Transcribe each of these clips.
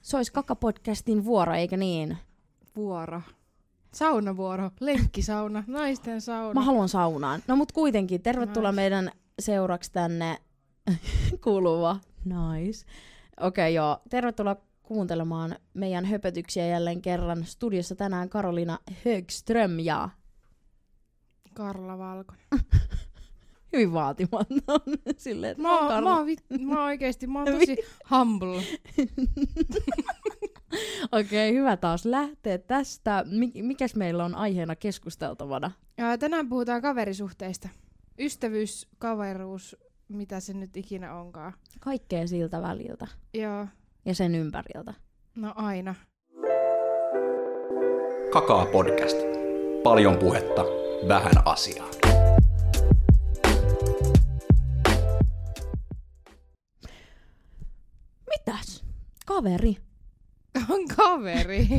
Se olisi Kaka-podcastin vuoro, eikä niin? Vuoro. Saunavuoro. Lenkkisauna. Naisten sauna. Mä haluan saunaan. No mut kuitenkin, tervetuloa meidän seuraksi tänne kuuluva. Nice. Okei, joo. Tervetuloa kuuntelemaan meidän höpötyksiä jälleen kerran. Studiossa tänään Karoliina Högström ja Karla Valkonen. hyvin vaatimaton. Silleen, että mä oon tosi humble. Okei, hyvä taas lähteä tästä. Mikäs meillä on aiheena keskusteltavana? Tänään puhutaan kaverisuhteista. Ystävyys, kaveruus, mitä se nyt ikinä onkaan. Kaikkea siltä väliltä. Joo. Ja sen ympäriltä. No aina. Kakaa podcast. Paljon puhetta, vähän asiaa. Mitäs? Kaveri. On kaveri.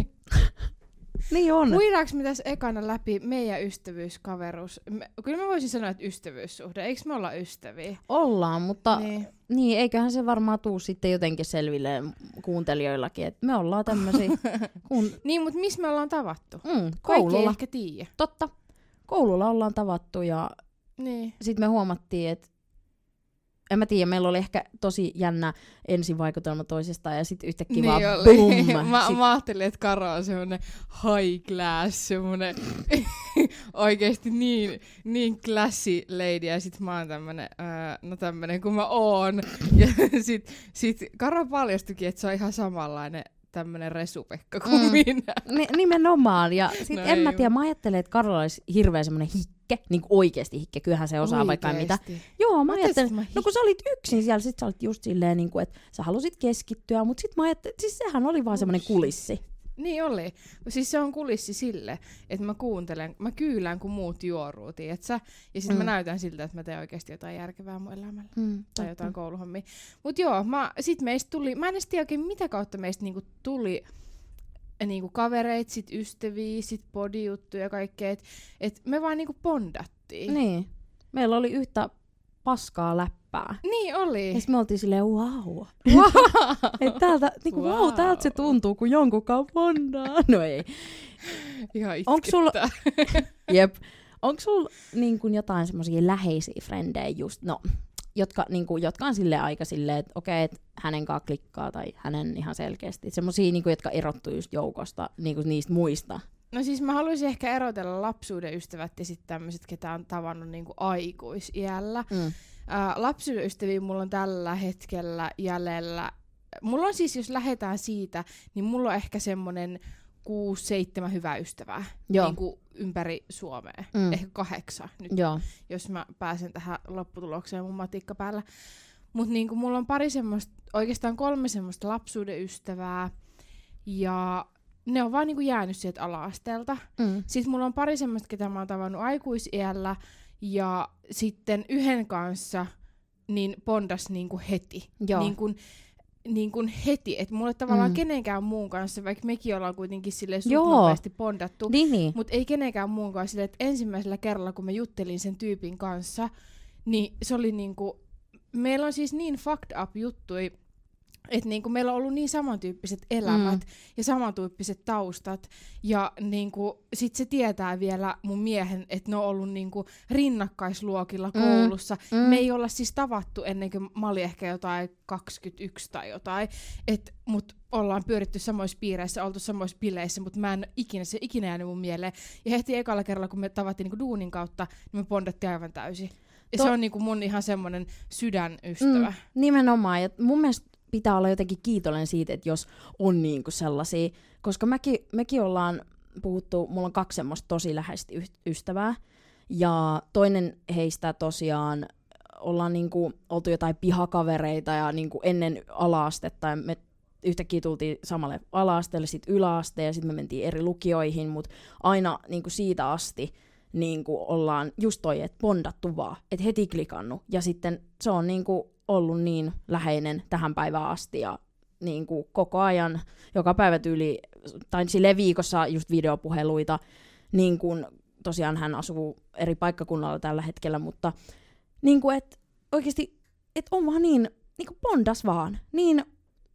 Niin on. Puidaanko me tässä ekana läpi meidän ystävyyskaveruus? Kyllä mä voisin sanoa, että ystävyyssuhde. Eikö me olla ystäviä? Ollaan, mutta niin eiköhän se varmaan tuu sitten jotenkin selville kuuntelijoillakin, että me ollaan tämmöisiä. Niin, mutta missä me ollaan tavattu? Koululla. Kaikki ei ehkä tiedä. Totta. Koululla ollaan tavattu ja niin. Sitten me huomattiin, että en mä tiedä, meillä oli ehkä tosi jännä ensivaikutelma toisestaan ja sitten yhtäkkiä niin vaan oli. boom. Mä ajattelin, että Karo on semmonen high class, semmonen oikeesti niin classy lady ja sit mä oon tämmönen kuin mä oon. Ja sit Karo paljastukin, että se on ihan samanlainen tämmönen resupekka kuin minä. Nimenomaan. Ja sit en mä tiedä, mä ajattelen, että Karolla olisi hirveän semmonen hikke, niin kuin oikeesti hikke, kyllähän se osaa vaikka mitä. Joo, mä ajattelin, no kun sä olit yksin siellä, sit sä olit just silleen, niin kuin, että sä halusit keskittyä, mut sit mä ajattelin, siis sehän oli vaan semmonen kulissi. Niin oli. Siis se on kulissi sille, että mä kyylään, kun muut juoruu, tiiätsä? Ja sit mä näytän siltä, että mä teen oikeesti jotain järkevää mun elämällä. Tai jotain kouluhommia. Mut joo, sit meistä tuli, mä en edes tiedä oikein mitä kautta meistä niinku tuli niinku kavereit, sit ystäviä, sit podijuttuja ja kaikkea. Et me vaan niinku bondattiin. Niin. Meillä oli yhtä paskaa läppää. Niin oli. Ja sit me oltiin silleen, wow. Että täältä, niinku, wow, täältä se tuntuu, kun jonkunkaan bondaa. No ei. Ihan itkettää. Jep. Onko sulla niinku jotain semmosia läheisiä frendejä just, jotka on silleen aika silleen, että okei, että hänen kanssa klikkaa tai hänen ihan selkeästi. Semmosia, niinku, jotka erottuu just joukosta, niinku niistä muista. No siis mä haluaisin ehkä erotella lapsuuden ystävät ja sitten tämmöiset, ketä on tavannut niinku aikuisiällä. Lapsuuden ystäviä mulla on tällä hetkellä jäljellä. Mulla on siis, jos lähdetään siitä, niin mulla on ehkä semmonen 6-7 hyvää ystävää niinku ympäri Suomea. Ehkä 8 nyt, jos mä pääsen tähän lopputulokseen mun matikka päällä. Mut niinku mulla on oikeastaan 3 semmoista lapsuuden ystävää ja ne on vaan niinku jäänyt sieltä ala-asteelta. Sitten mulla on pari semmoista, ketä mä oon tavannut aikuisiällä. Ja sitten yhden kanssa niin bondas niinku heti. Niin kuin heti. Että mulle tavallaan kenenkään muun kanssa, vaikka mekin ollaan kuitenkin silleen suht nopeasti bondattu. Niin. Mutta ei kenenkään muun kanssa silleen, että ensimmäisellä kerralla, kun mä juttelin sen tyypin kanssa, niin se oli niinku, meillä on siis niin fucked up juttui, että niinku meillä on ollut niin samantyyppiset elämät ja samantyyppiset taustat. Ja niinku, sit se tietää vielä mun miehen, että ne on ollut niinku rinnakkaisluokilla koulussa. Me ei olla siis tavattu ennen kuin mä olin ehkä jotain 21 tai jotain. Mut ollaan pyöritty samoissa piireissä, oltu samoissa bileissä, mutta mä en ikinä jäänyt mun mieleen. Ja heti ekalla kerralla, kun me tavattiin niinku duunin kautta, niin me bondattiin aivan täysin. Ja se on niinku mun ihan semmonen sydänystävä. Nimenomaan. Ja mun mielestä pitää olla jotenkin kiitollinen siitä, että jos on niinku sellaisia, koska mekin ollaan puhuttu, mulla on 2 semmoista tosi läheistä ystävää, ja toinen heistä tosiaan ollaan niinku oltu jotain pihakavereita, ja niinku ennen ala-astetta, ja me yhtäkkiä tultiin samalle ala-asteelle, sitten yläaste, ja sitten me mentiin eri lukioihin, mutta aina niinku siitä asti niinku ollaan just toi, että bondattu vaan, että heti klikannut, ja sitten se on niinku ollut niin läheinen tähän päivään asti ja niin kuin koko ajan, joka päivä tyyli, tai silleen viikossa just videopuheluita, niin kuin tosiaan hän asuu eri paikkakunnalla tällä hetkellä, mutta niin kuin, että oikeasti, että on vaan niin kuin bondas vaan, niin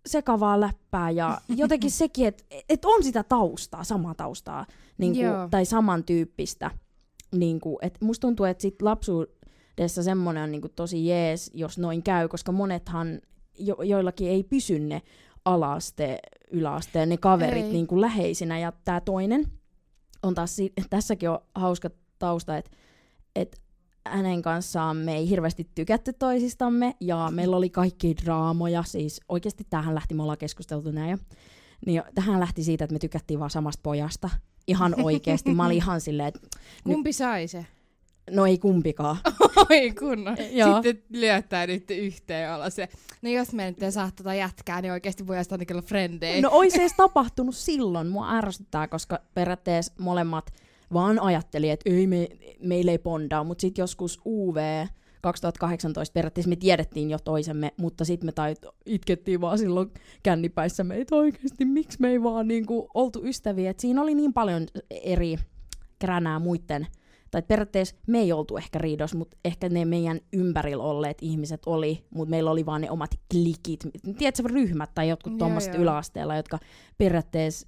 sekavaa läppää ja jotenkin sekin, että et on sitä taustaa, samaa taustaa niinku, tai samantyyppistä. Niinku, et musta tuntuu, että sit lapsuudessa semmoinen on niinku tosi jees, jos noin käy, koska monethan joillakin ei pysy ne ala-aste, yläaste, ne kaverit niinku läheisinä. Ja tää toinen on taas, tässäkin on hauska tausta, että hänen kanssaan me ei hirveästi tykätty toisistamme, ja meillä oli kaikki draamoja, siis oikeasti tähän lähti, me ollaan keskusteltu näin jo, niin tähän lähti siitä, että me tykättiin vaan samasta pojasta, ihan oikeasti, mä olin ihan silleen, että... Kumpi sai se? No ei kumpikaan. Oi kunnon. Sitten lyöttäydytte yhteen olla se. No jos me nyt ei saa tota jätkää, niin oikeasti voi ainakin olla frendejä. No ois edes tapahtunut silloin, mua ärsyttää, koska periaatteessa molemmat vaan ajatteli, että meillä ei bondaa, mutta sitten joskus UV 2018 periaatteessa me tiedettiin jo toisemme, mutta sitten me itkettiin vaan silloin kännipäissämme, että oikeasti miksi me ei vaan niinku oltu ystäviä. Et siinä oli niin paljon eri kränää muiden, tai periaatteessa me ei oltu ehkä riidos, mutta ehkä ne meidän ympärillä olleet ihmiset oli, mutta meillä oli vaan ne omat klikit, tiedätkö, ryhmät tai jotkut tommoset yläasteella, jotka periaatteessa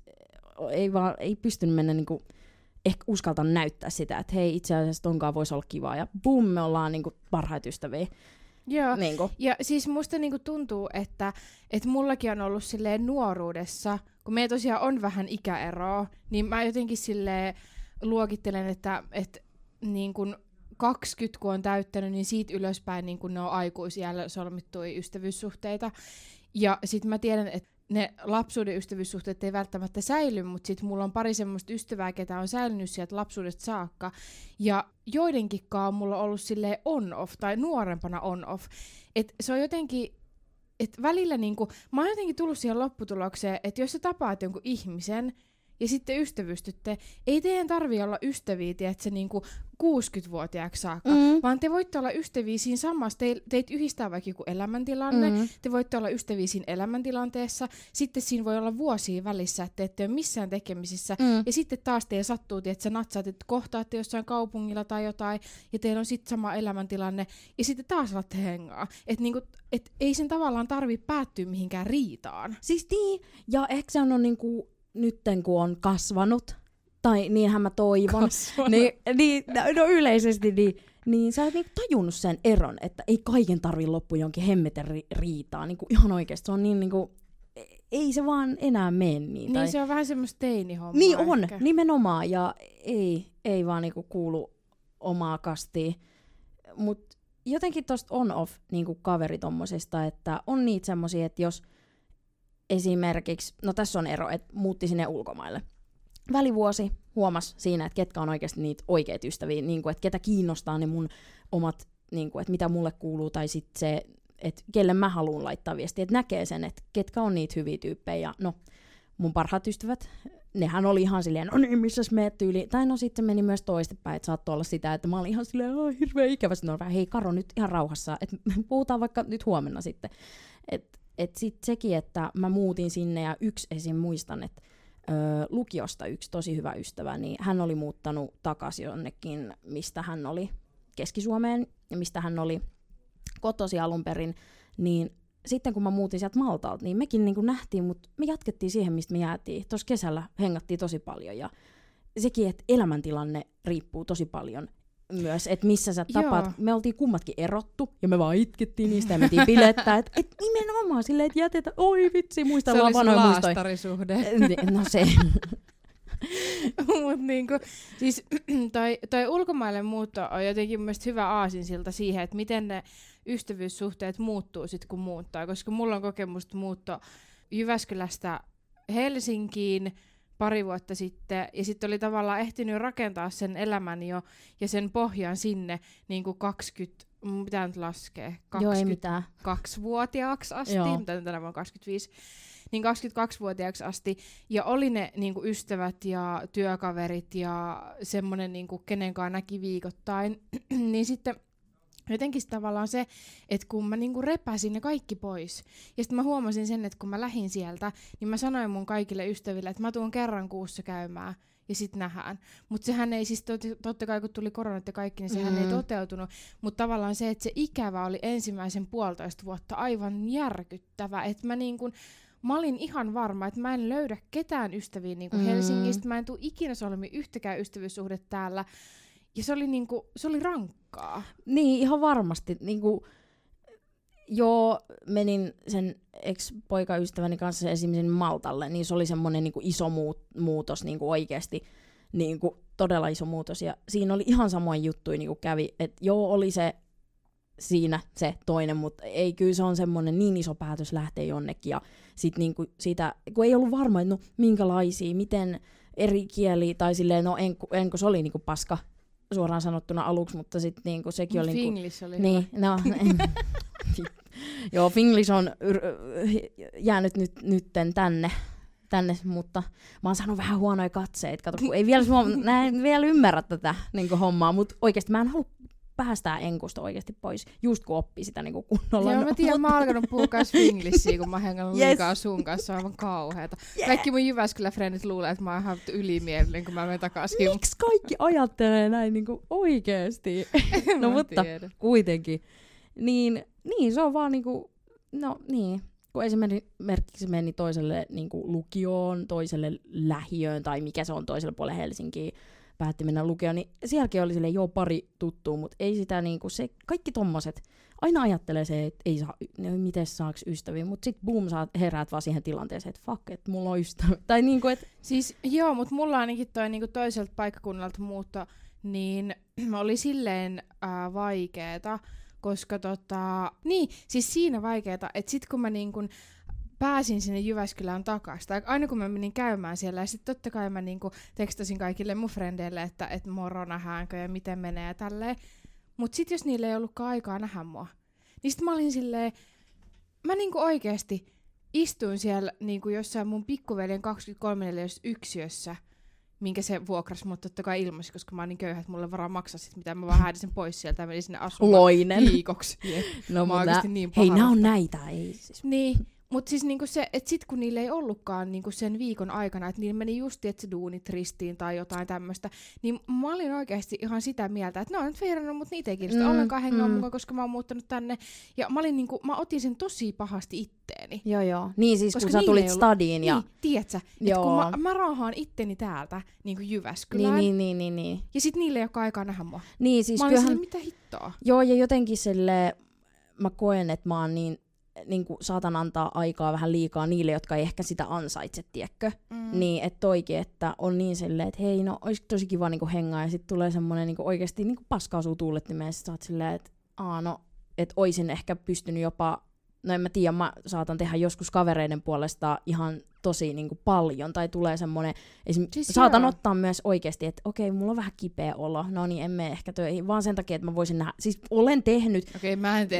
ei pystynyt mennä niinku ehkä uskaltaa näyttää sitä, että hei, itse asiassa tonkaan voisi olla kivaa, ja boom, me ollaan niinku parhaita ystäviä. Joo, niinku. Ja siis musta niinku tuntuu, että mullakin on ollut silleen nuoruudessa, kun meillä tosiaan on vähän ikäeroa, niin mä jotenkin silleen luokittelen, että niin kun 20 kun on täyttänyt, niin siitä ylöspäin niin kun ne on aikuisiällä solmittuja ystävyyssuhteita. Ja sit mä tiedän, että ne lapsuuden ystävyyssuhteet ei välttämättä säily, mutta sit mulla on pari semmoista ystävää, ketä on säilynyt sieltä lapsuudesta saakka. Ja joidenkinkaan on mulla ollut silleen on-off, tai nuorempana on-off. Et se on jotenkin, että välillä niinku, mä oon jotenkin tullut siihen lopputulokseen, että jos sä tapaat jonkun ihmisen, ja sitten ystävystytte, ei teidän tarvitse olla ystäviä, tiedätkö, niinku 60-vuotiaaksi saakka, vaan te voitte olla ystäviä siinä samassa. Teitä yhdistää vaikka joku elämäntilanne, te voitte olla ystäviä siinä elämäntilanteessa, sitten siinä voi olla vuosia välissä, että te ette ole missään tekemisissä, ja sitten taas teidän sattuu, että sä natsaat, että kohtaatte jossain kaupungilla tai jotain, ja teillä on sitten sama elämäntilanne, ja sitten taas alatte hengaa. Että niinku, et ei sen tavallaan tarvitse päättyä mihinkään riitaan. Siis niin, ja ehkä se on niinku nytten kun on kasvanut, tai niinhän mä toivon, no yleisesti, niin sä oot niinku tajunnut sen eron, että ei kaiken tarvitse loppuun jonkin hemmeten riitaa. Niinku ihan oikeesti, se on niin niinku, ei se vaan enää mene niin. Niin tai... se on vähän semmoista teinihommaa. Niin on, ehkä. Nimenomaan, ja ei vaan niinku kuulu omaa kastiin. Mut jotenkin tosta on-off niinku kaveri tommosesta, että on niitä semmosia, että jos esimerkiksi, no tässä on ero, että muutti sinne ulkomaille. Välivuosi huomasi siinä, että ketkä on oikeasti niitä oikeita ystäviä, niin kuin, että ketä kiinnostaa ne mun omat, niin kuin, että mitä mulle kuuluu, tai sitten se, että kelle mä haluan laittaa viestiä, että näkee sen, että ketkä on niitä hyviä tyyppejä. Ja no, mun parhaat ystävät, nehän oli ihan silleen, no niin, missäs meet tyyli. Tai no sitten meni myös toistepäin, että saattoi olla sitä, että mä olin ihan silleen, hirveän ikävä. Sitten on vähän, hei Karo, nyt ihan rauhassa, että puhutaan vaikka nyt huomenna sitten. Että sitten sekin, että mä muutin sinne ja yksi esim. Muistan, että lukiosta yksi tosi hyvä ystävä, niin hän oli muuttanut takaisin jonnekin, mistä hän oli Keski-Suomeen ja mistä hän oli kotosi alun perin, niin sitten kun mä muutin sieltä Maltalta, niin mekin niin kuin nähtiin, mutta me jatkettiin siihen, mistä me jäätiin. Tuossa kesällä hengattiin tosi paljon ja sekin, että elämäntilanne riippuu tosi paljon myös, että missä sä tapaat. Me oltiin kummatkin erottu ja me vaan itkettiin niistä ja mentiin bilettää, että et nimenomaan silleen, että jätetään, oi vitsi, muistellaan vanhoja muistoja. Se oli sun laastarisuhde. No se. Mut niinku, siis toi ulkomaille muutto on jotenkin mielestäni hyvä aasinsilta siihen, että miten ne ystävyyssuhteet muuttuu sit kun muuttaa, koska mulla on kokemusta muutto Jyväskylästä Helsinkiin pari vuotta sitten, ja sitten oli tavallaan ehtinyt rakentaa sen elämän jo, ja sen pohjan sinne niin kuin mitä nyt laskee? 22-vuotiaaksi asti, mitä tänä vuonna 25, niin 22-vuotiaaksi asti, ja oli ne niin kuin ystävät ja työkaverit ja semmoinen, niin kuin kenenkaan näki viikoittain, niin sitten jotenkin tavallaan se, että kun mä niinku repäsin ne kaikki pois, ja sitten mä huomasin sen, että kun mä lähdin sieltä, niin mä sanoin mun kaikille ystäville, että mä tuun kerran kuussa käymään, ja sit nähdään. Mutta sehän ei siis, totta kai kun tuli koronat ja kaikki, niin sehän ei toteutunut, mutta tavallaan se, että se ikävä oli ensimmäisen 1,5 vuotta aivan järkyttävä, että mä niinku mä olin ihan varma, että mä en löydä ketään ystäviä niinku Helsingistä, mä en tule ikinä solmi yhtäkään ystävyyssuhdetta täällä, ja se oli, niinku, se oli rankkaa. Niin, ihan varmasti. Niinku, joo, menin sen ex-poikaystäväni kanssa esimerkiksi Maltalle, niin se oli semmoinen niinku iso muutos niinku oikeasti, niinku, todella iso muutos, ja siinä oli ihan samoin juttuja niinku kävi, että joo, oli se siinä se toinen, mutta ei, kyllä se on semmoinen niin iso päätös lähteä jonnekin, ja sit niinku siitä, kun ei ollut varma, että no minkälaisia, miten eri kieli, tai silleen, no enko se oli niinku paska suoraan sanottuna aluksi, mutta sitten niinku sekin oli Finglish oli niin, no, joo, Finglish on jäänyt nytten tänne, mutta mä oon saanut vähän huonoja katseita, kato, kun ei vielä ymmärrä tätä niinku hommaa, mutta oikeasti mä en halua päästää enkusta oikeasti pois, just kun oppii sitä niinku kunnolla. Joo, mä tiedän, mä oon alkanut puhua kans finglishia, kun mä hengannut liikaa sun kanssa, se on aivan kauheeta. Kaikki mun Jyväskylä-frendit luulee, että mä oon ihan ylimielinen, kun mä menen takaisin. Miksi kaikki ajattelee näin niinku oikeesti? No mutta kuitenkin. Niin, se on vaan niinku, no niin. Kun esimerkiksi meni toiselle niinku lukioon, toiselle lähiöön tai mikä se on toiselle puolelle Helsinkiin, päätti mennä lukioon, niin sielläkin oli silleen joo pari tuttua, mutta ei sitä niinku se, kaikki tommoset, aina ajattelee se, että ei saa, miten saaks ystäviä, mutta sit boom, heräät vaan siihen tilanteeseen, että fuck, että mulla on ystävä. Tai niinku, et siis joo, mutta mulla ainakin toi niinku toiselta paikkakunnalta muutto, niin oli silleen vaikeeta, koska niin, siis siinä vaikeeta, että sit kun mä niinkun pääsin sinne Jyväskylään takaisin, tai aina kun mä menin käymään siellä, ja sitten totta kai mä niinku tekstasin kaikille mun frendeille, että moro, nähdäänkö ja miten menee ja tälleen. Mut sit jos niille ei ollutkaan aikaa nähdä mua, niin sit mä olin silleen, mä niinku oikeesti istuin siellä niinku jossain mun pikkuveljen 23-neliössä yksiössä, minkä se vuokrasi mut totta kai ilmasi, koska mä oon niin köyhä, että mulle varaa maksaa sit, mitä mä vaan häädin sen pois sieltä ja menin sinne asumaan viikoksi. No, mutta niin hei, nää on näitä, ei siis. Niin. Mutta siis niinku se, että sit kun niillä ei ollutkaan niinku sen viikon aikana, että niillä meni just se duunit ristiin tai jotain tämmöistä, niin mä olin oikeasti ihan sitä mieltä, että ne on nyt feirannut mut niitä ei kiinnosta ollenkaan hengaa mukaan, koska mä oon muuttanut tänne. Ja mä otin sen tosi pahasti itteeni. Joo. Niin siis koska kun sä tulit stadiin ja niin, tiedätkö, että kun mä raahaan itteni täältä niinku Jyväskylään. Niin. Ja sit niille ei olekaan aikaa nähdä mua. Niin siis mä olin silleen, mitä hittoa? Joo, ja jotenkin silleen mä koen, että mä oon niinku saatan antaa aikaa vähän liikaa niille, jotka ei ehkä sitä ansaitse, tiedätkö? Niin, että toikin, että on niin silleen, että hei, no olisi tosi kiva niinku hengaa, ja sitten tulee semmoinen niinku oikeasti niinku paska osuu tuulettimeen, ja sit sä oot silleen, että että oisin ehkä pystynyt jopa, no en mä tiedä, mä saatan tehdä joskus kavereiden puolesta ihan tosi niinku paljon, tai tulee semmoinen, siis saatan ottaa myös oikeasti, että okei, mulla on vähän kipeä olo, no niin, en mene ehkä töihin, vaan sen takia, että mä voisin nähdä, siis olen tehnyt. Okei, mä en tee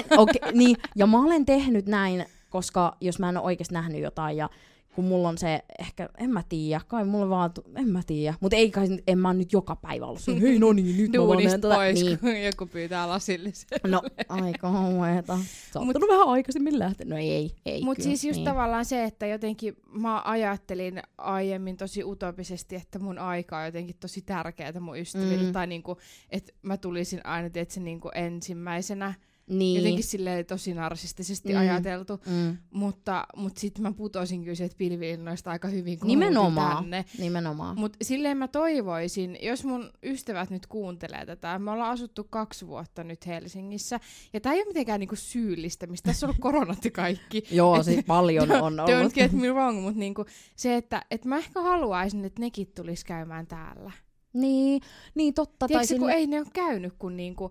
niin, ja mä olen tehnyt näin, koska jos mä en ole oikeasti nähnyt jotain, ja kun mulla on se, ehkä, en mä tiedä, kai mulla vaan, en mä tiedä, mutta en mä nyt joka päivä ollut se, hei no niin, nyt mä vaan menen pois, niin. Kun joku pyytää lasilliselle. No, aika homeeta. Sä oot vähän aikaisemmin lähtenyt, no ei. Mutta siis just tavallaan se, että jotenkin mä ajattelin aiemmin tosi utopisesti, että mun aika on jotenkin tosi tärkeää mun ystäville, tai niinku, että mä tulisin aina, että se niinku ensimmäisenä, niin. Jotenkin silleen tosi narsistisesti ajateltu, mutta sit mä putosin kyllä sieltä pilvi-innoista aika hyvin, kun Nimenomaan. Mut silleen mä toivoisin, jos mun ystävät nyt kuuntelee tätä, me ollaan asuttu 2 vuotta nyt Helsingissä, ja tää ei ole mitenkään niinku syyllistämistä, tässä on ollut koronat ja kaikki. Joo, siis paljon on ollut. Don't get me wrong, mutta niinku se, että mä ehkä haluaisin, että nekin tulis käymään täällä. Niin totta. Tiedätkö, kun ei ne ole käynyt, kun niinku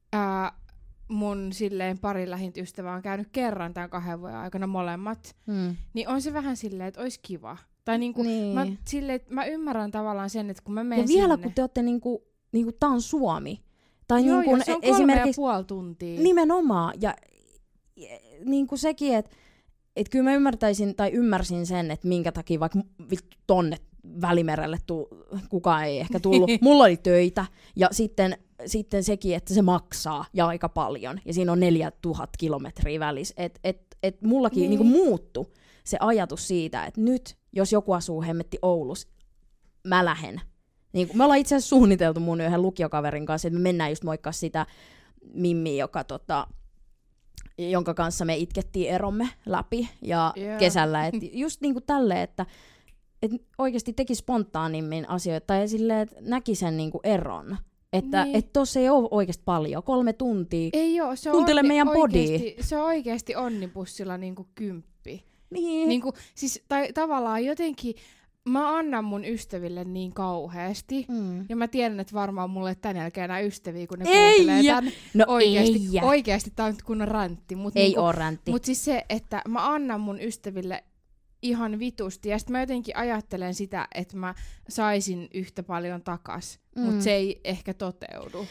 mun silleen pari lähintä ystävää on käynyt kerran tämän 2 vuoden aikana molemmat, niin on se vähän silleen, että olisi kiva. Tai niinku, mä ymmärrän tavallaan sen, että kun mä menen sinne. Ja vielä sinne, kun te olette niinku tää on Suomi. Tai joo, niinku, se on esimerkiksi 3,5 tuntia. Nimenomaan. Ja niinku sekin, että kyllä mä ymmärsin sen, että minkä takia vaikka tonne Välimerelle kukaan ei ehkä tullut. Mulla oli töitä ja sitten sekin, että se maksaa ja aika paljon. Ja siinä on 4000 kilometriä välissä. Et mullakin niinku muuttui se ajatus siitä, että nyt, jos joku asuu hemmetti Oulussa, mä lähden. Niin, me ollaan itse asiassa suunniteltu mun yhden lukiokaverin kanssa, että me mennään just moikkaa sitä Mimmiä, joka jonka kanssa me itkettiin eromme läpi ja kesällä. Et just niinku tälleen, että oikeasti teki spontaanimmin asioita tai silleen, että näki sen niinku eron. Että niin. Tossa ei ole oikeasti paljon. 3 tuntia. Ei oo, kuuntele meidän bodia. Se on oikeasti onnipussilla niinku 10. Niin. Niinku, siis, tavallaan jotenkin mä annan mun ystäville niin kauheasti. Ja mä tiedän, että varmaan mulle ei tän jälkeen enää ystäviä, kun ne kuuntelee tän. No oikeasti tää on kunnon räntti. Ei niinku, oo räntti. Mut siis se, että mä annan mun ystäville ihan vitusti. Ja sit mä jotenkin ajattelen sitä, että mä saisin yhtä paljon takas. Mut se ei ehkä toteudu.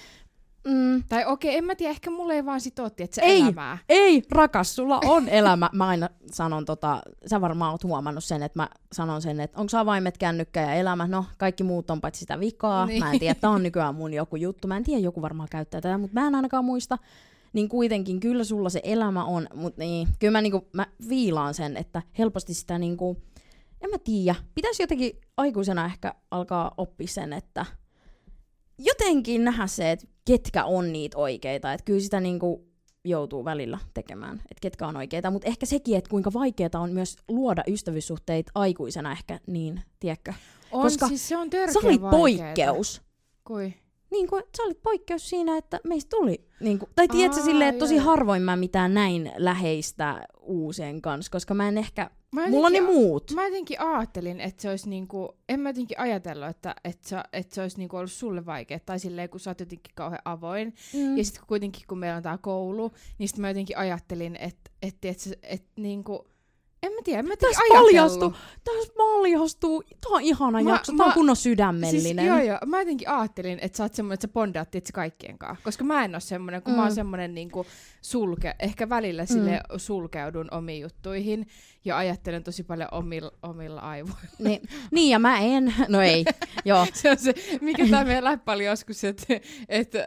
Tai okei, en mä tiedä, ehkä mulle ei vaan sit otti, että se elämää. Ei, rakas, sulla on elämä. Mä aina sanon sä varmaan oot huomannut sen, että mä sanon sen, että onko avaimet, kännykkä ja elämä. No, kaikki muut on paitsi sitä vikaa. Niin. Mä en tiedä, tää on nykyään mun joku juttu. Mä en tiedä, joku varmaan käyttää tätä, mutta mä en ainakaan muista. Niin kuitenkin, kyllä sulla se elämä on, mutta niin, kyllä mä viilaan sen, että helposti sitä niinku, en mä tiedä, pitäisi jotenkin aikuisena ehkä alkaa oppia sen, että jotenkin nähdä se, että ketkä on niitä oikeita, että kyllä sitä niinku joutuu välillä tekemään, että ketkä on oikeita, mutta ehkä sekin, että kuinka vaikeaa on myös luoda ystävyyssuhteita aikuisena ehkä niin, tiedätkö? Koska siis se on törkeä sä olit vaikeeta. poikkeus. Kui? Niin kuin, sä olit poikkeus siinä, että meistä tuli, niin kuin, tai tiedätkö silleen, että tosi harvoin mä mitään näin läheistä uusien kanssa, koska mä en ehkä, mulla on ne muut. Mä jotenkin ajattelin, että se olisi niinku, en mä jotenkin ajatellut, että se olisi niinku ollut sulle vaikea, tai silleen, kun sä oot jotenkin kauhean avoin, ja sitten kuitenkin, kun meillä on tää koulu, niin sitten mä jotenkin ajattelin, että niinku, en mä tiedä ajatellut. Tässä paljastuu. Tää on ihana jakso. Tää on kunnon sydämellinen. Siis, joo. Mä jotenkin ajattelin, että sä oot semmonen, että sä bondaat itse kaikkien kanssa. Koska mä en oo semmonen, kun mä oon semmonen niinku ehkä välillä sille sulkeudun omiin juttuihin. Ja ajattelen tosi paljon omilla aivoilla. Niin, ja mä en. No ei. Joo. Se on se, mikä tää meidän läppä oli joskus, että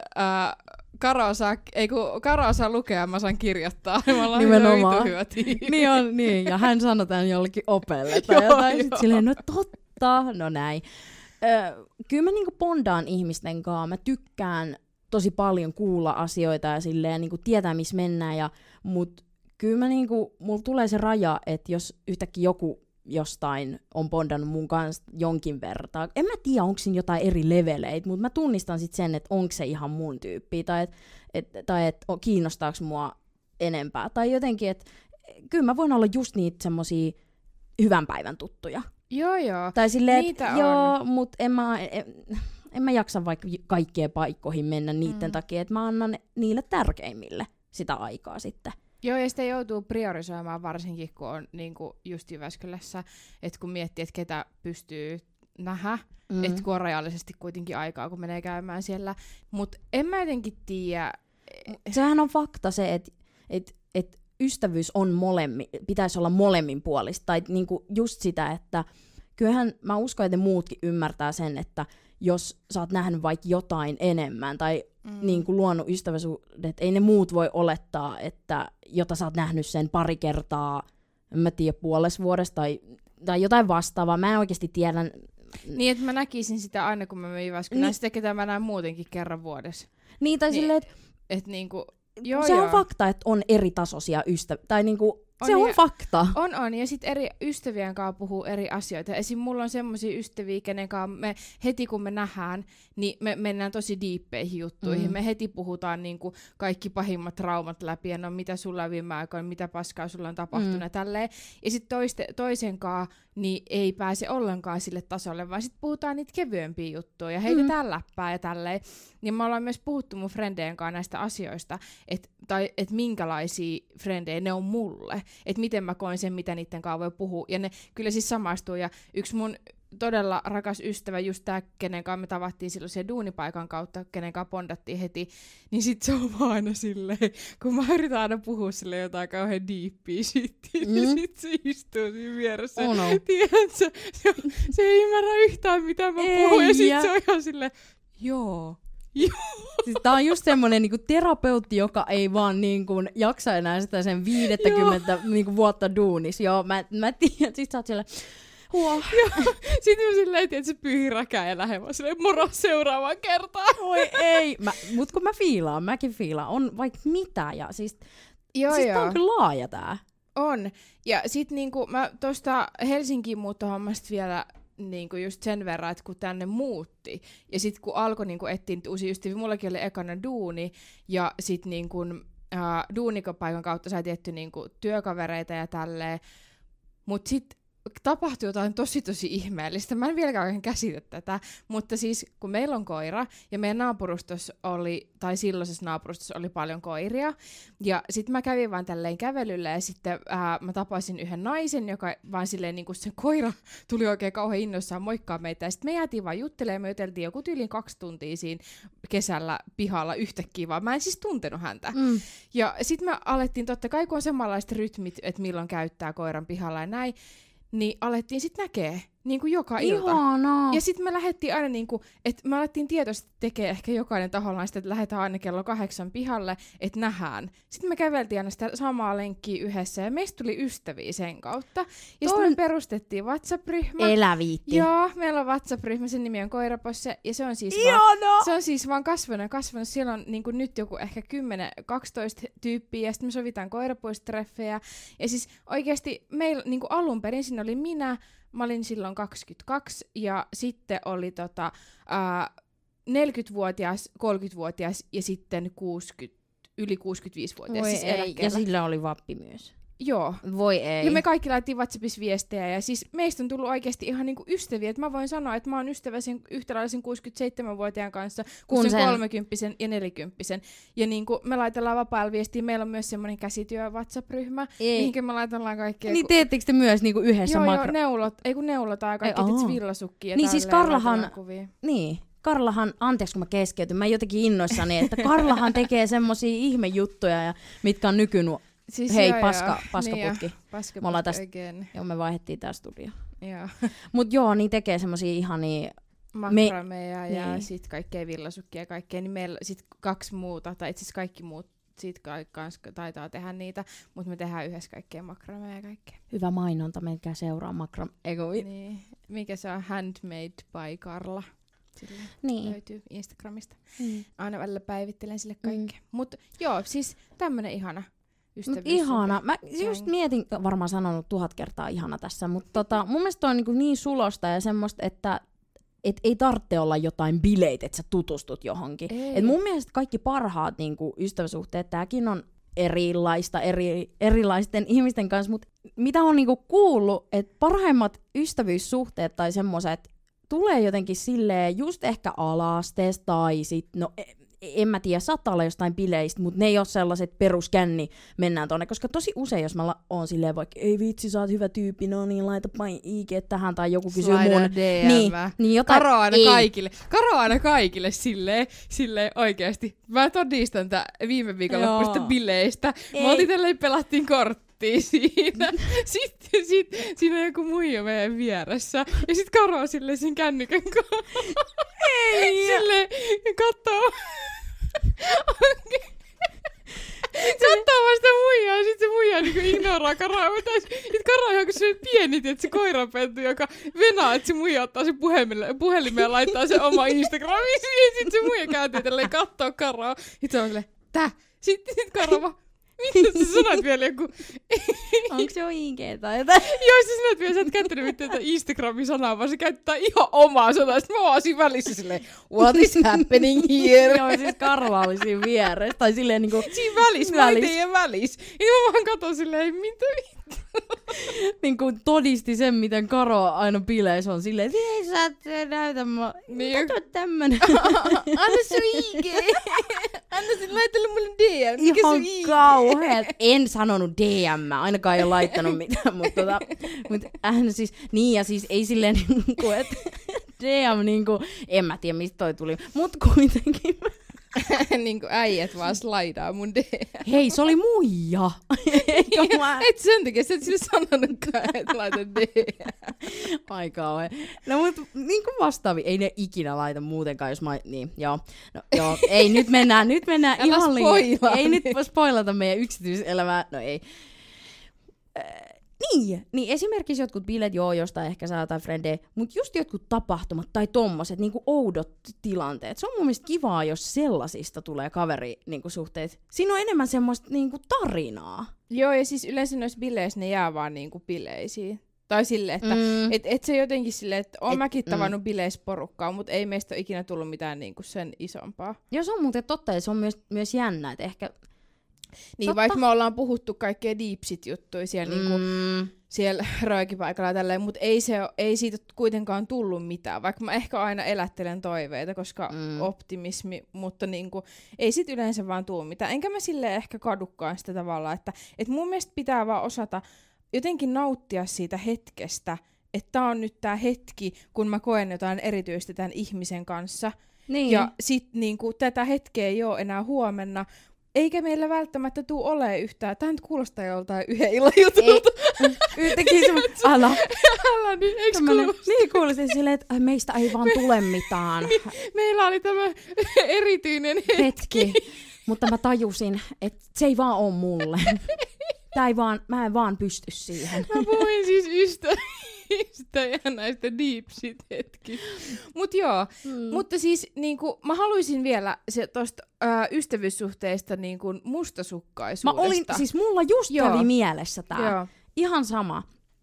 Karo osaa lukea ja mä saan kirjoittaa. Nimenomaan. Niin on, niin. Ja hän sanoo tämän jollekin opelle tai jotain. Sitten silleen, no totta, no näin. Kyllä mä niinku bondaan ihmisten kanssa. Mä tykkään tosi paljon kuulla asioita ja silleen niinku tietää, missä mennään. Mut kyllä mä niinku, mulla tulee se raja, että jos yhtäkkiä joku jostain on bondannut mun kanssa jonkin verran. En mä tiedä, onko siinä jotain eri leveleitä, mutta mä tunnistan sitten sen, että onko se ihan mun tyyppi, tai että kiinnostaako mua enempää. Tai jotenkin, että kyllä mä voin olla just niitä semmosia hyvän päivän tuttuja. Joo. Tai silleen, niitä joo, mutta en mä jaksa vaikka kaikkien paikkoihin mennä niiden takia, että mä annan niille tärkeimmille sitä aikaa sitten. Joo, ja sitä joutuu priorisoimaan varsinkin, kun on niin kuin just Jyväskylässä, että kun miettii, että ketä pystyy nähdä, että kun on rajallisesti kuitenkin aikaa, kun menee käymään siellä. Mutta en mä jotenkin tiedä. Sehän on fakta se, että ystävyys on pitäisi olla molemminpuolista. Tai niinku just sitä, että kyllähän mä uskon, että muutkin ymmärtää sen, että jos sä oot nähnyt vaikka jotain enemmän tai niin kuin luonut ystäväisyydet, ei ne muut voi olettaa, että jota sä oot nähnyt sen pari kertaa, en mä tiedä, puolessa vuodessa tai jotain vastaavaa. Mä en oikeasti tiedä. Niin, että mä näkisin sitä aina, kun mä menen Jyväskylään, sitä ketä mä näen muutenkin kerran vuodessa. Niin, tai silleen, että niinku, sehän on fakta, että on eri tasoisia ystäviä, tai niinku, se on fakta. On, ja sitten eri ystävien kanssa puhuu eri asioita. Esim. Mulla on semmosia ystäviä, kenen kanssa me heti kun me nähdään, niin me mennään tosi diippeihin juttuihin. Me heti puhutaan niinku kaikki pahimmat traumat läpi, ja no mitä sulla on viime aikoina, mitä paskaa sulla on tapahtunut ja tälleen. Ja sitten toisen kanssa niin ei pääse ollenkaan sille tasolle, vaan sitten puhutaan niitä kevyempiä juttuja ja heitetään läppää ja tälleen. Niin me ollaan myös puhuttu mun frendeen kanssa näistä asioista, että minkälaisia frendejä ne on mulle. Että miten mä koen sen, mitä niiden kanssa voi puhua. Ja ne kyllä siis samastuu. Ja yksi mun todella rakas ystävä, just tää, kenen kanssa me tavattiin silloin sen duunipaikan kautta, kenen kanssa bondattiin heti, niin sit se on vaan aina silleen, kun mä yritän aina puhua silleen jotain kauhean diippiä niin sit se istuu siinä vieressä. Oh no. Tiedätkö, se ei ymmärrä yhtään, mitä mä puhun, ja sit se on ihan silleen, joo. Siis tää on just semmonen niinku terapeutti, joka ei vaan niinku jaksa enää sitä sen 50 niinku vuotta duunis. Joo, mä tiedän, sit sä oot siellä, Sitten mä silleen, että se pyyhii räkää ja lähde vaan silleen, moro seuraavaan kertaan. Oi ei, mut kun mäkin fiilaan, on vaikka mitä. Ja siis Siis tää on kyllä laaja tää. On. Ja sit niinku mä tosta Helsinkiin muuttohommasta vielä niinku just sen verran, että kun tänne muutti, ja sit kun alkoi niinku etsiä uusia ystäviä, mullakin oli ekana duuni, ja sit niinku duunikopaikan kautta sai tietty niinku työkavereita ja tälleen, mut sit tapahtui jotain tosi ihmeellistä. Mä en vieläkään oikein käsitä tätä, mutta siis kun meillä on koira ja meidän naapurustossa oli, tai silloisessa naapurustossa oli paljon koiria, ja sitten mä kävin vaan tälleen kävelyllä ja sitten mä tapasin yhden naisen, joka vaan silleen niin kuin se koira tuli oikein kauhean innoissaan moikkaa meitä, ja sitten me jäätiin vaan juttelemaan, me juteltiin joku tyyliin 2 tuntia siinä kesällä pihalla yhtäkkiä vaan. Mä en siis tuntenut häntä. Ja sitten me alettiin, totta kai kun on samanlaiset rytmit, että milloin käyttää koiran pihalla ja näin, niin alettiin sitten näkee niin kuin joka ilta. Ihanaa. Ja sitten me lähdettiin aina, niin kuin, että me alettiin tietoisesti tekemään ehkä jokainen tahollaan sitä, että lähdetään aina kello 8 pihalle, että nähdään. Sitten me käveltiin aina sitä samaa lenkkiä yhdessä ja meistä tuli ystäviä sen kautta. Ja sitten me perustettiin WhatsApp-ryhmä. Eläviitti. Joo, meillä on WhatsApp-ryhmä, sen nimi on Koiraposse, ja se on siis vaan kasvanut. Siellä on niin kuin nyt joku ehkä 10-12 tyyppiä, ja sitten me sovitaan koirapuistotreffejä. Ja siis oikeasti meillä niin kuin alun perin siinä oli mä olin silloin 22, ja sitten oli 40-vuotias, 30-vuotias ja sitten yli 65-vuotias. Siis ja sillä oli vappi myös. Joo. Voi ei. Ja me kaikki laitettiin WhatsAppissa viestejä, ja siis meistä on tullut oikeasti ihan niinku ystäviä, että mä voin sanoa, että mä oon ystävä sen yhtäläisen 67-vuotiaan kanssa, kuin sen 30 ja 40. Ja niinku me laitellaan vapaa-ajalla viestiä, meillä on myös semmoinen käsityö WhatsApp-ryhmä, mihinkä me laitellaan kaikkea. Niin teettekö te myös niinku yhdessä neulotaan ja kaikki villasukkia ja niin siis Karlahan, anteeksi kun mä keskeytyn, mä jotenkin innoissani, että Karlahan tekee semmosia ihmejuttuja, ja mitkä on nykynyt. Siis hei, paskaputki. Paskaputki me vaihdettiin tää studio. Mut niin tekee semmosia ihania makrameja ja sit kaikkea villasukkia ja kaikkea, niin meillä sit 2 muuta, tai itse asiassa kaikki muut sit kanssa taitaa tehdä niitä, mutta me tehdään yhdessä kaikkea makrameja ja kaikkea. Hyvä mainonta, menkää seuraa Niin. Mikä se on? Handmade by Karla. Niin. Löytyy Instagramista. Aina välillä päivittelen sille kaikkea. Mutta joo, siis tämmönen ihana ystävyys. Ihana. Mä just mietin, varmaan sanonut 1000 kertaa ihana tässä, mutta mun mielestä on niin sulosta ja semmoista, että ei tarvitse olla jotain bileitä, että sä tutustut johonkin. Et mun mielestä kaikki parhaat niinku ystäväsuhteet, tääkin on erilaisten ihmisten kanssa, mutta mitä on niinku kuullut, että parhaimmat ystävyyssuhteet tai semmoiset tulee jotenkin silleen just ehkä ala-asteesta tai sit, no en mä tiedä, saattaa olla jostain bileistä, mutta ne ei ole sellaiset peruskänni, mennään tonne, koska tosi usein, jos mä oon silleen vaikka, ei vitsi, sä oot hyvä tyyppi, no niin, laitapa IG tähän, tai joku kysyy mun. Niin jotain, Karo aina kaikille silleen oikeesti. Mä todistan tää viime viikonloppuista bileistä. Mä oltiin tälleen, pelattiin korttia siinä. Sitten siinä on joku muija meidän vieressä. Ja sit Karo on silleen sen kännykän kanssa. Silleen kattoo. Kattoo vaan sitä muijaa, ja sit se muija niinku ignoraa Karoa. Sit Karo on joku se pieni, että se koirapentu, joka venaa, että se muija ottaa sen puhelimeen ja laittaa sen oma Instagramiin siihen. Sit se muija kääntyy tälleen kattoo Karoa. Sit se on silleen, tää. Sitten Karo vaan, mitä sä sanoit vielä joku? Onko se jo IG tai jotain? Joo, sä sanoit vielä, sä et käyttänyt mitään Instagramin sanaa, vaan se käyttää ihan omaa sanaa. Sitten mä oon siinä välissä silleen, what is happening here? Joo, siis Karla oli siinä vieressä. Tai silleen niinku... Siinä välissä, mä olin teidän välissä. Ja mä vaan katon silleen, mitä vittu? Niin kuin todisti sen, miten Karo aina bileissä on silleen, että ei sä näytä mua. Niin. Kato tämmönen. Anna sun IG. Anna sit laitella mulle DM. Ihan kauheet. En sanonut DM, ainakaan ei ole laittanut mitään, mutta siis, niin ja siis ei silleen niinku, että DM niinku, en mä tiedä mistä toi tuli, mut kuitenkin. Niinku äijät vaan slaidaa mun DM. Hei, se oli muija. Et sen takia, sä et sille sanonutkaan, että laita DM. Ai kauhe. No mut niinku vastaavi, ei ne ikinä laita muutenkaan, jos mä... Niin, joo. No, joo, ei nyt mennään ihan liian. Ei nyt spoilata meidän yksityiselämää. No ei. Niin esimerkiksi jotkut bileet, jostain ehkä saa jotain frendejä, mutta just jotkut tapahtumat tai tommoset niinku oudot tilanteet. Se on mun mielestä kivaa, jos sellaisista tulee kaverisuhteet. Siinä on enemmän semmoista niinku tarinaa. Joo, ja siis yleensä noissa bileissä ne jää vaan niinku bileisiin. Tai silleen, että et se jotenkin silleen, että oon mäkin tavannut bileissä porukkaa, mutta ei meistä ole ikinä tullut mitään niinku sen isompaa. Joo, se on muuten totta, ja se on myös jännä, että ehkä... Niin, totta. Vaikka me ollaan puhuttu kaikkea deepsit-juttuja siellä, niinku, siellä röökipaikalla tälleen, mutta ei siitä kuitenkaan tullut mitään, vaikka mä ehkä aina elättelen toiveita, koska optimismi, mutta niinku, ei sit yleensä vaan tule mitään. Enkä mä silleen ehkä kadukkaan sitä tavalla, että mun mielestä pitää vaan osata jotenkin nauttia siitä hetkestä, että tää on nyt tää hetki, kun mä koen jotain erityistä tämän ihmisen kanssa. Niin. Ja sit niinku, tätä hetkeä ei ole enää huomenna, eikä meillä välttämättä tuu ole yhtään. Tää nyt kuulostaa joltain yhden illan jutulta. Yhtäkkiä älä niin, eikö kuulosta? Niin kuulosti silleen, että meistä ei vaan tule mitään. Niin, meillä oli tämä erityinen hetki. Mutta mä tajusin, että se ei vaan oo mulle. Mä en vaan pysty siihen. Mä puhuin siis ystävistä ja näistä deepsit hetki. Mutta siis niinku, mä haluaisin vielä tosta ystävyyssuhteista niinku mustasukkaisuudesta. Siis mulla just kävi mielessä tää. Joo. Ihan sama.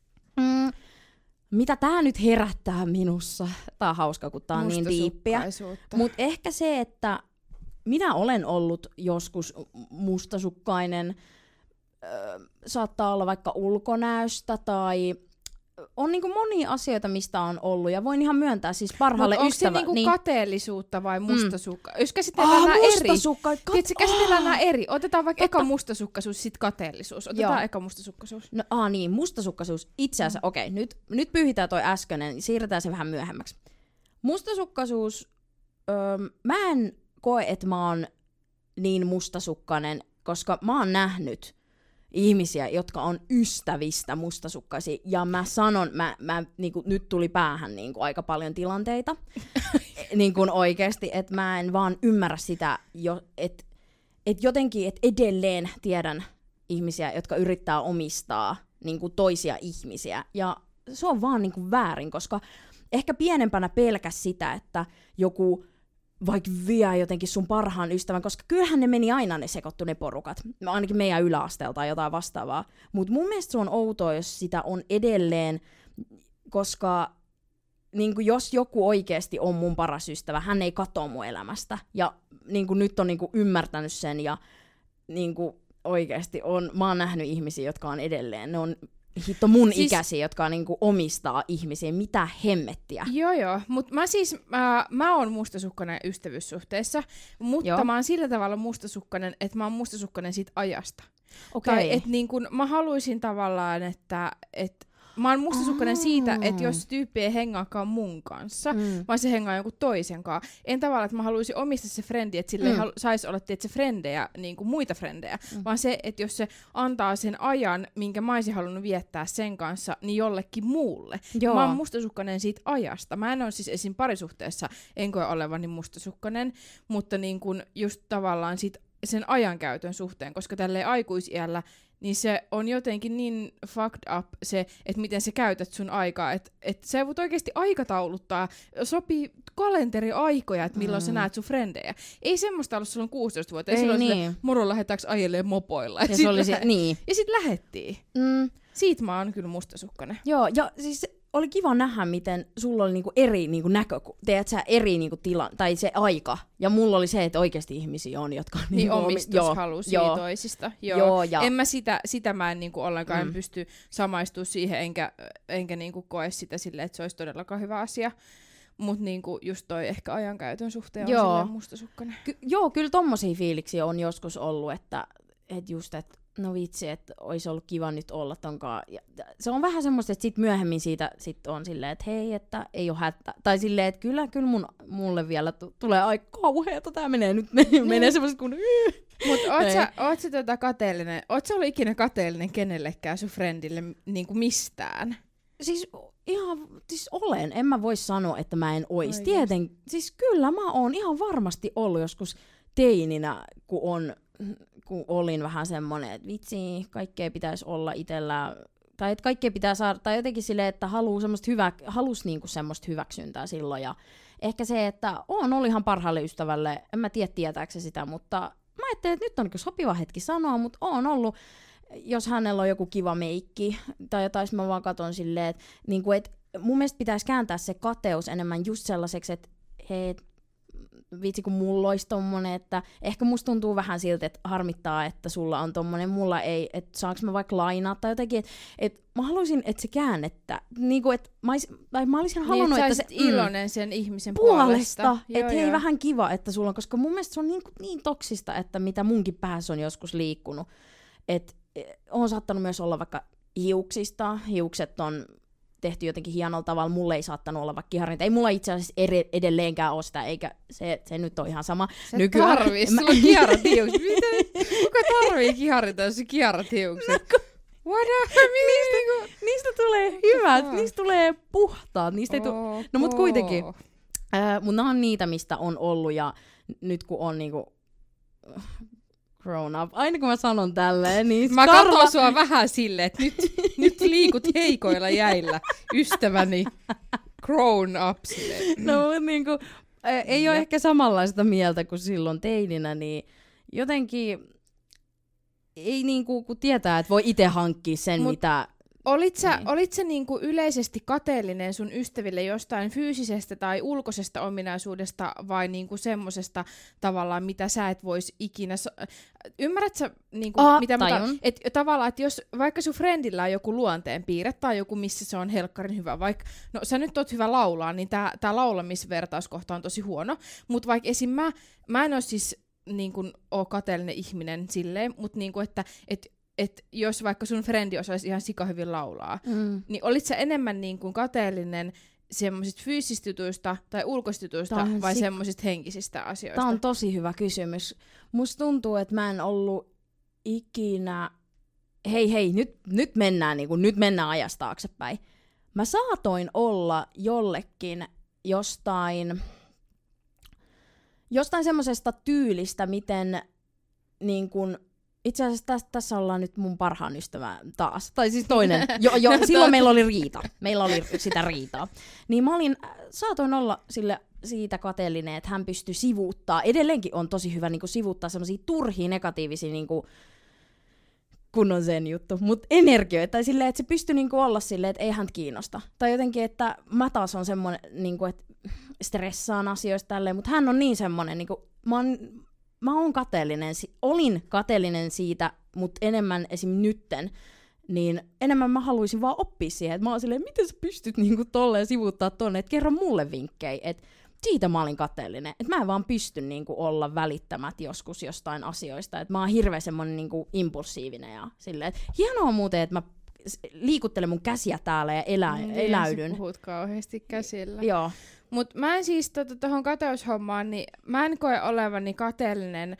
Mitä tää nyt herättää minussa? Tää on hauska, kun tää on niin diippiä. Mut ehkä se, että minä olen ollut joskus mustasukkainen, saattaa olla vaikka ulkonäöstä tai on niinku monia asioita, mistä on ollut ja voin ihan myöntää siis parhaalle ystävälle. Onko se niinku kateellisuutta vai mustasukkaisuutta? Jos käsitellään nämä eri. Tiedätkö, käsitellään nämä eri. Otetaan vaikka eka mustasukkaisuus, sit kateellisuus. Otetaan eka mustasukkaisuus. No niin, mustasukkaisuus. Itse asiassa, okei, nyt pyyhitään toi äskeinen, siirretään se vähän myöhemmäksi. Mustasukkaisuus, mä en koe, että mä oon niin mustasukkainen, koska mä oon nähnyt ihmisiä, jotka on ystävistä mustasukkaisia, ja mä sanon, niinku, nyt tuli päähän niinku, aika paljon tilanteita, niinku, oikeesti, että mä en vaan ymmärrä sitä, että jotenkin, että edelleen tiedän ihmisiä, jotka yrittää omistaa niinku, toisia ihmisiä, ja se on vaan niinku, väärin, koska ehkä pienempänä pelkäs sitä, että joku vaikka vie jotenkin sun parhaan ystävän, koska kyllähän ne meni aina ne sekoittu ne porukat. Ainakin meidän yläasteelta tai jotain vastaavaa. Mutta mun mielestä se on outoa, jos sitä on edelleen, koska niin jos joku oikeasti on mun paras ystävä, hän ei katoa mun elämästä. Ja niin nyt on niin ymmärtänyt sen ja niin oikeasti mä oon nähnyt ihmisiä, jotka on edelleen, ne on hitto mun ikäisiä, jotka niinku omistaa ihmisiä. Mitä hemmettiä? Joo, mutta mä oon mustasukkainen ystävyyssuhteessa, mutta mä oon sillä tavalla mustasukkainen, että mä oon mustasukkainen siitä ajasta. Okay. Tai että niinku, mä haluaisin tavallaan, että mä oon mustasukkainen siitä, että jos tyyppi ei hengaakaan mun kanssa, vaan se hengaa jonkun toisen kanssa. En tavallaan, että mä haluaisin omistaa se frendi, että sille ei saisi olla se frendejä, niin kuin muita frendejä, vaan se, että jos se antaa sen ajan, minkä mä olisin halunnut viettää sen kanssa, niin jollekin muulle. Joo. Mä oon mustasukkainen siitä ajasta. Mä en ole siis esim. Parisuhteessa, en koe olevani mustasukkainen, mutta niin kuin just tavallaan sen ajankäytön suhteen, koska tälleen aikuisiällä niin se on jotenkin niin fucked up se, että miten sä käytät sun aikaa, että sä voit oikeasti aikatauluttaa, sopii kalenteriaikoja, että milloin sä näet sun frendejä. Ei semmoista ollut silloin 16 vuotta, ei silloin niin. Moro lähdetäänkö ajeleen mopoilla. Ja sit lähettiin. Siitä mä oon kyllä mustasukkainen. Joo, ja siis oli kiva nähdä, miten sulla oli niinku eri niinku eri niinku tila, tai se aika. Ja mulla oli se, että oikeasti ihmisiä on, jotka on niin omistushaluisia toisista. Joo. Ja en mä sitä mä en niinku ollenkaan pysty samaistumaan siihen, enkä niinku koe sitä silleen, että se olisi todellakaan hyvä asia. Mutta niinku just toi ehkä ajankäytön suhteen on silleen mustasukkainen. Kyllä tommosia fiiliksiä on joskus ollut, että no vitsi, että olisi ollut kiva nyt olla tonkaan. Ja se on vähän semmoista, että sit myöhemmin siitä sit on silleen, että hei, että ei ole hätää. Tai silleen, että kyllä mulle vielä tulee aika kauheata, tää menee semmoista kuin Mutta oot sä kateellinen, oot sä ollut ikinä kateellinen kenellekään sun friendille niinku mistään? Siis olen, en mä voi sanoa, että mä en ois. Siis kyllä mä oon ihan varmasti ollut joskus teininä, kun olin vähän semmonen, että vitsi, kaikkea pitäisi olla itsellä tai että kaikkea pitää saada, tai jotenkin silleen, että halus niinku semmoista hyväksyntää silloin, ja ehkä se, että oli ihan parhaalle ystävälle, en mä tiedä tietääkö se sitä, mutta mä ajattelin, että nyt on sopiva hetki sanoa, mutta on ollut, jos hänellä on joku kiva meikki, tai jotain, mä vaan katon silleen, että niinku, et mun mielestä pitäisi kääntää se kateus enemmän just sellaiseksi, että hei, vitsi kun mulla olisi tommonen, että ehkä musta tuntuu vähän siltä, että harmittaa, että sulla on tommonen, mulla ei, että saanko mä vaikka lainaa tai jotenkin, että mä haluaisin, että se käännettä, niinku, että mä olisin halunnut, niin, että se iloinen sen ihmisen puolesta, että hei, vähän kiva, että sulla on, koska mun mielestä se on niin toksista, että mitä munkin päässä on joskus liikkunut, että on saattanut myös olla vaikka hiukset on tehty jotenkin hienolla tavalla, mulle ei saattanut olla vaikka kiharinta. Ei mulla itse asiassa edelleenkään ole sitä, eikä se nyt ole ihan sama. Se tarvii, sulla on kiharat hiukset. Kuka tarvii kiharinta, jos se kiharat hiukset? Niistä tulee hyvät, niistä tulee puhtaat. Niistä no mut kuitenkin. Mut nämä on niitä, mistä on ollut, ja nyt kun on niinku grown up. Aina kun mä sanon tälleen, niin mä katson sua vähän silleen, että nyt liikut heikoilla jäillä, ystäväni. Grown up silleen. No niinku, ei ole ehkä samanlaista mieltä kuin silloin teininä, niin jotenkin ei niinku, kun tietää, että voi itse hankkia sen, mitä... Olit sä niinku yleisesti kateellinen sun ystäville jostain fyysisestä tai ulkoisesta ominaisuudesta vai niinku semmosesta tavallaan, mitä sä et vois ikinä... Ymmärrät sä, niinku, mitä mä tavallaan, että jos vaikka sun friendillä on joku luonteenpiirre tai joku, missä se on helkkarin hyvä, vaikka... No sä nyt oot hyvä laulaa, niin tää laulamisvertauskohta on tosi huono, mutta vaikka esim. Mä en oo siis niinku, oo kateellinen ihminen silleen, mutta niinku, että jos vaikka sun frendi osaisi ihan sikahyvin laulaa, niin olit sä enemmän niin kuin kateellinen semmoisista fyysisistä jutuista tai ulkoisista jutuista vai semmoisista henkisistä asioista? Tämä on tosi hyvä kysymys. Musta tuntuu, että mä en ollut ikinä... Hei, nyt mennään, niin kuin, nyt mennään ajasta taaksepäin. Mä saatoin olla jollekin jostain semmoisesta tyylistä, miten niin kuin... Itse asiassa tässä ollaan nyt mun parhaan ystävä taas. Tai siis toinen. Silloin meillä oli riita. Meillä oli sitä riitaa. Niin mä saatoin olla siitä kateellinen, että hän pystyi sivuuttaa. Edelleenkin on tosi hyvä niin kuin sivuuttaa semmosia turhia negatiivisia niin kuin, kunnon sen juttu. Mutta energioita. Tai silleen, että se pystyi niin kuin olla silleen, että ei häntä kiinnosta. Tai jotenkin, että mä taas on semmonen, niin kuin, että stressaan asioista tälleen. Mutta hän on niin semmonen, niin kuin, mä olin kateellinen siitä, mutta enemmän esim. Nytten, niin enemmän mä haluaisin vaan oppia siihen, että mä oon silleen, miten sä pystyt niinku tolleen sivuuttaa tonne, että kerro mulle vinkkejä, että siitä mä olin kateellinen, että mä en vaan pysty niinku olla välittämät joskus jostain asioista, että mä oon hirveän semmonen niinku impulsiivinen ja silleen, että hienoa muuten, että mä liikuttelen mun käsiä täällä ja eläydyn. Sä puhut kauheasti käsillä. Joo. Mut mä en siis tohon kateushommaan, niin mä en koe olevani kateellinen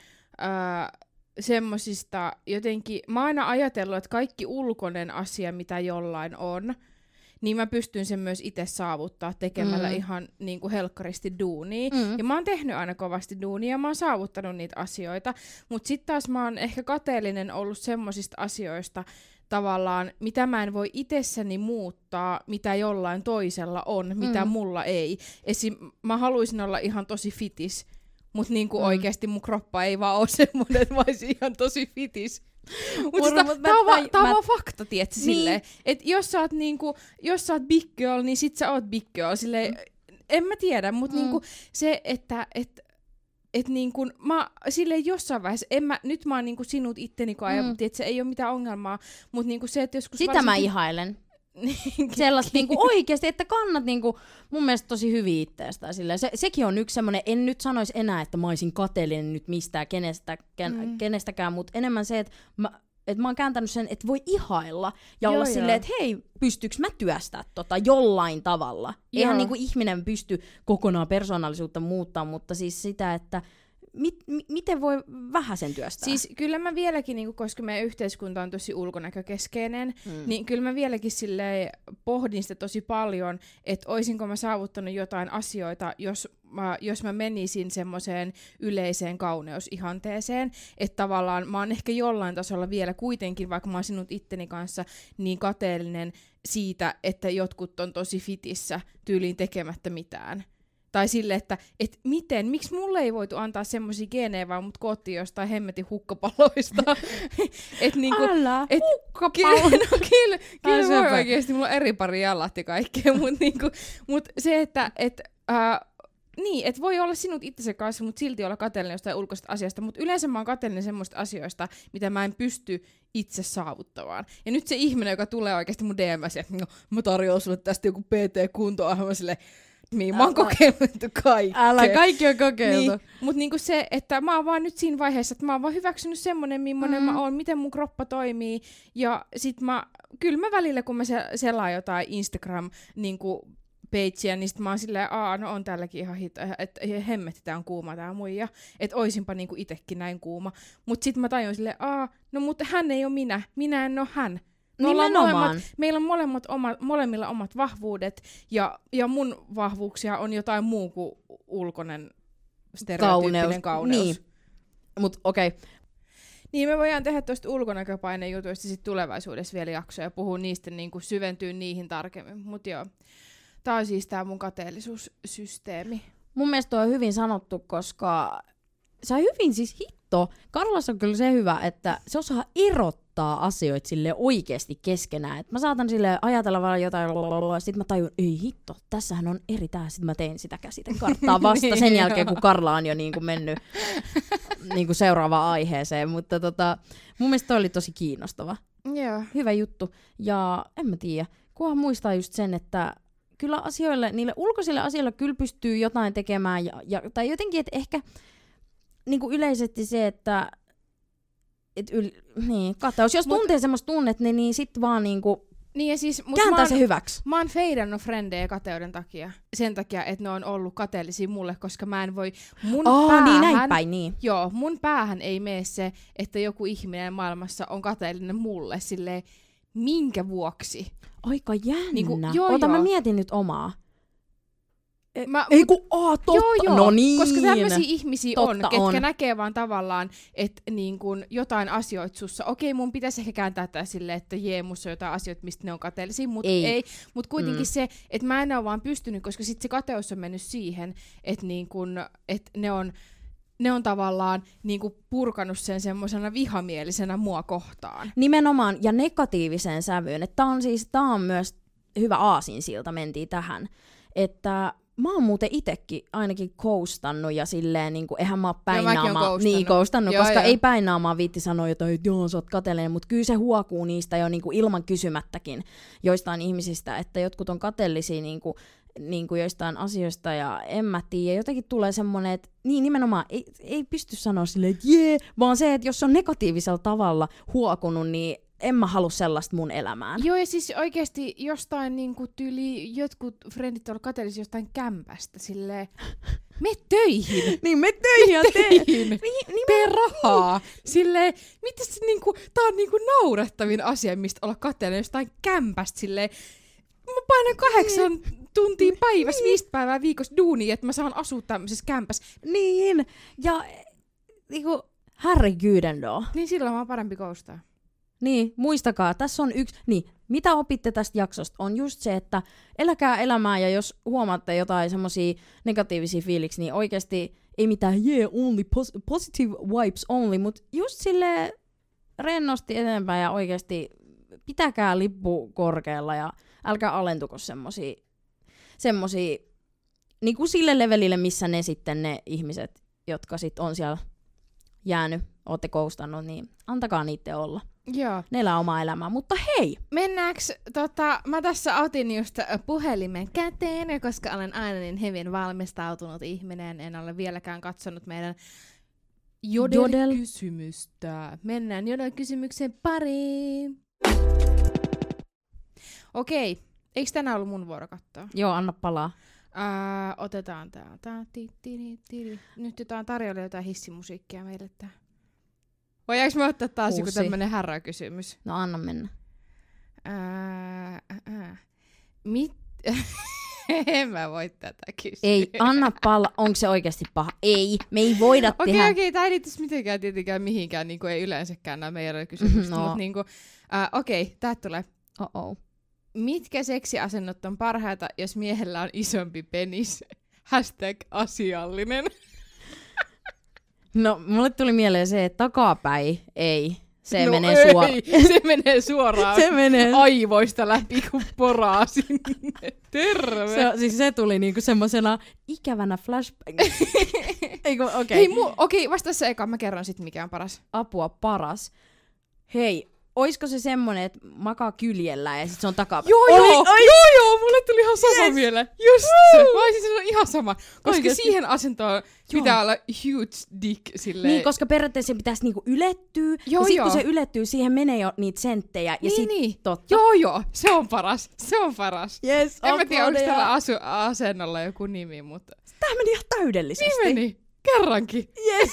semmosista jotenkin, mä oon aina ajatellut, että kaikki ulkoinen asia, mitä jollain on, niin mä pystyn sen myös itse saavuttaa tekemällä ihan niinku helkkaristi duunia. Ja mä oon tehnyt aina kovasti duunia ja mä oon saavuttanut niitä asioita, mut sit taas mä oon ehkä kateellinen ollut semmosista asioista, tavallaan, mitä mä en voi itsessäni muuttaa, mitä jollain toisella on, mitä mulla ei. Esim. Mä haluaisin olla ihan tosi fitis, mutta niinku oikeasti mun kroppa ei vaan ole semmoinen, että mä olisin ihan tosi fitis. Tää on vaan fakta, tietsä, niin. Silleen, että jos sä oot big girl, niin sit sä oot big girl. Silleen, en mä tiedä, mutta niinku se, että niinku, mä silleen jossain vaiheessa, nyt mä oon niinku sinut itteni koen, tietsä, ei oo mitään ongelmaa, mutta niinku se, että joskus sitä mä ihailen. Sellaista niinku oikeesti, että kannat niinku, mun mielestä tosi hyvin itteestään. Sekin on yksi semmonen, en nyt sanoisi enää, että mä olisin kateellinen nyt mistään kenestäkään, mutta enemmän se, että mä oon kääntänyt sen, että voi ihailla ja olla silleen, että hei, pystyykö mä työstää jollain tavalla. Eihän niinku ihminen pysty kokonaan persoonallisuutta muuttaa, mutta siis sitä, että miten voi vähäsen työstää? Siis kyllä mä vieläkin, niin koska meidän yhteiskunta on tosi ulkonäkökeskeinen, niin kyllä mä vieläkin silleen pohdin sitä tosi paljon, että oisinko mä saavuttanut jotain asioita, jos mä menisin semmoiseen yleiseen kauneusihanteeseen, että tavallaan mä oon ehkä jollain tasolla vielä kuitenkin, vaikka mä oon sinut itteni kanssa, niin kateellinen siitä, että jotkut on tosi fitissä tyyliin tekemättä mitään. Tai sille, että miksi mulle ei voitu antaa semmosia geenejä, vaan mut koottiin jostain hemmetin hukkapaloista. Älä, hukkapalo! Kyllä voi oikeesti, mulla on eri pari jalat ja kaikkea, mut se, että voi olla sinut itsensä kanssa, mutta silti olla kateellinen jostain ulkoisesta asiasta, mutta yleensä mä oon kateellinen semmoista asioista, mitä mä en pysty itse saavuttamaan. Ja nyt se ihminen, joka tulee oikeasti mun DM:ssä, että mä tarjoan sulle tästä joku PT-kunto-ohjelma silleen, mä oon kokeiltu kaikkea. Älä, kaikki on kokeiltu. Niin, mutta niinku se, että mä oon vaan nyt siinä vaiheessa, että mä oon vaan hyväksynyt semmonen, millainen mä oon, miten mun kroppa toimii. Ja sit kyllä mä välillä, kun mä selaan jotain Instagram niinku pageia, niin sit mä oon silleen, no on tälläkin ihan että hemmetti, tää on kuuma tää muija. Että oisinpa niinku itekin näin kuuma. Mut sit mä tajun silleen, no mutta hän ei oo minä en oo hän. Meillä on molemmilla omat vahvuudet, ja mun vahvuuksia on jotain muu kuin ulkoinen stereotyyppinen kauneus. Niin. Mut okei. Niin me voidaan tehdä tuosta ulkonäköpainejutuista sit tulevaisuudessa vielä jaksoja ja puhua niistä, niin kuin syventyä niihin tarkemmin. Mut joo, tää on siis tää mun kateellisuussysteemi. Mun mielestä on hyvin sanottu, koska sä hyvin siis hitto. Karlassa on kyllä se hyvä, että se osaa erottaa asioita sille oikeasti keskenään. Et mä saatan sille ajatella vaan jotain, sit mä tajun, ei hitto, tässähän on eri tää. Sit mä teen sitä käsitekarttaa vasta sen jälkeen, kun Karla on jo niinku mennyt niinku seuraavaan aiheeseen. Mutta mun mielestä toi oli tosi kiinnostava. Yeah. Hyvä juttu. Ja en mä tiedä, kunhan muistaa just sen, että kyllä niille ulkoisille asioille kyllä pystyy jotain tekemään. Tai jotenkin, että ehkä niinku yleisesti se, että kateus. Jos tuntee semmoista tunnetta, niin sit vaan niinku niin ja siis, kääntää se hyväksi. Mä oon feidannut frendejä kateuden takia. Sen takia, että ne on ollut kateellisia mulle, koska mä en voi niin näin päin, niin. Joo, mun päähän ei mene se, että joku ihminen maailmassa on kateellinen mulle silleen, minkä vuoksi. Aika jännä. Mä mietin nyt omaa. Totta. Joo, no niin. Koska tämmöisiä ihmisiä ketkä näkee vaan tavallaan, että niin kun jotain asioita sussa, okei, mun pitäisi ehkä kääntää tää silleen, että musta on jotain asioita, mistä ne on kateellisia, mutta ei. Mutta kuitenkin se, että mä en ole vaan pystynyt, koska sit se kateus on mennyt siihen, että niin kun, et ne on tavallaan niinku purkanut sen semmosena vihamielisenä mua kohtaan. Nimenomaan, ja negatiiviseen sävyyn. Tää on myös hyvä aasinsilta, mentiin tähän, että mä oon muuten itekin ainakin coastannut ja silleen niinku, eihän mä oo coastannut, koska ei päinaamaan viitti sanoa jotain, että joo, sä oot kateellinen, mutta kyllä se huokuu niistä jo niinku ilman kysymättäkin joistain ihmisistä, että jotkut on kateellisia niinku joistain asioista ja en mä tiedä. Jotenkin tulee semmonen, että niin nimenomaan ei pysty sanoa silleen, että vaan se, että jos on negatiivisella tavalla huokunut, niin en mä halua sellaista mun elämään. Joo, ja siis oikeesti jostain niinku tyyli, jotkut frendit on kateellisia jostain kämpästä, silleen, me töihin! Niin, me töihin ja tee rahaa! Silleen, mitäs niinku, tää on niinku naurettavin asia, mistä olla kateellinen jostain kämpästä, silleen, mä painan 8 tuntia päivässä, 5 päivää viikossa duunia, että mä saan asua tämmöisessä kämpässä. Niin, ja niinku, herreguden då. Niin silloin on parempi koustaa. Niin, muistakaa, tässä on yksi, mitä opitte tästä jaksosta, on just se, että eläkää elämää, ja jos huomaatte jotain semmosia negatiivisia fiiliksiä, niin oikeasti ei mitään only, positive vibes only, mutta just silleen rennosti eteenpäin, ja oikeasti pitäkää lippu korkealla, ja älkää alentuko semmosia niin kuin sille levelille, missä ne sitten ne ihmiset, jotka sit on siellä jäänyt, ootte koustannut, niin antakaa niitten olla. Joo. Ne elää omaa elämää, mutta hei! Mennäänkö, mä tässä otin just puhelimen käteen, koska olen aina niin hyvin valmistautunut ihminen, en ole vieläkään katsonut meidän Jodel-kysymystä. Mennään Jodel-kysymyksen pariin. Okei, eikö tänään ollut mun vuoro katsoa? Joo, anna palaa. Otetaan tää. Nyt jotain tarjolla jotain hissimusiikkia meille tää. Voidaanko me ottaa taas joku tämmönen härräkysymys? No anna mennä. En mä voi tätä kysyä. Ei, anna palla. Onko se oikeasti paha? Ei, me ei voida tehdä. Okei, tää ei liittyisi mitenkään tietenkään mihinkään, niinku ei yleensäkään nämä meidän kysymykset, mutta niinku, tää tulee. Mitkä seksiasennot on parhaita, jos miehellä on isompi penis? #asiallinen. No, mulle tuli mieleen se, että takapäin ei. Se menee se menee suoraan se menee aivoista läpi, kun poraa sinne. Terve! Se tuli niinku semmosena ikävänä flashback. Okei, vasta se eka. Mä kerron sit, mikä on paras. Apua, paras. Hei, oisko se semmonen, että makaa kyljellä ja sit se on takapäin? Joo, mulle tuli ihan sama vielä. Just se. Mä olisin sanonut ihan sama. Koska oikeasti siihen asentoon pitää olla huge dick silleen. Niin, koska periaatteessa se pitäisi niinku ylettyä. Ja sit kun se ylettyy, siihen menee jo niitä senttejä. Ja sit totta. Joo, se on paras. Yes, en mä tiedä, onko tällä asennolla joku nimi, mutta... Tää meni ihan täydellisesti. Niin meni. Kerrankin. Yes.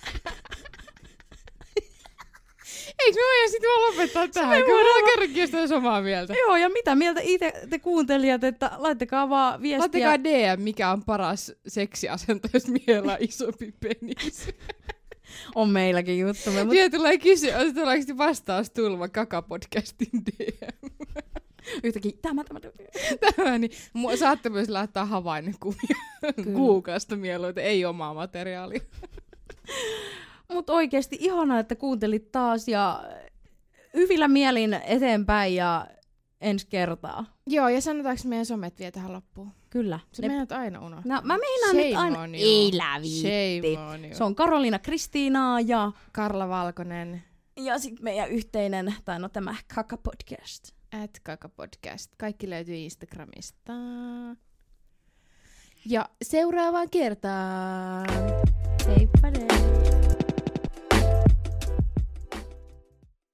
Eikö me voida sitten vaan lopettaa tähän? Kyllä me kerrankin sitä samaa mieltä. Joo, ja mitä mieltä itse te kuuntelijat, että laittakaa vaan viestiä. Laittakaa DM, mikä on paras seksiasento, jos miehellä on isompi penis. On meilläkin juttu. Vielä tulee kysyä, tuleeko vastaustulva Kaka-podcastin DM. Yhtäkkiä tämä. Niin. Saatte myös laittaa havainnekuvia kuukasta mieluita, ei omaa materiaalia. Mutta oikeasti ihanaa, että kuuntelit taas ja hyvillä mielin eteenpäin ja ensi kertaa. Joo, ja sanotaanko meidän somet vielä tähän loppuun? Kyllä. Se meidät aina unohtaa. No, mä meinaan nyt aina. Ei läviitti. Se on Karoliina Kristiinaa ja Karla Valkonen. Ja sitten meidän yhteinen, tai no tämä Kaka-podcast. @Kaka-podcast. Kaikki löytyy Instagramista. Ja seuraavaan kertaan. Heippa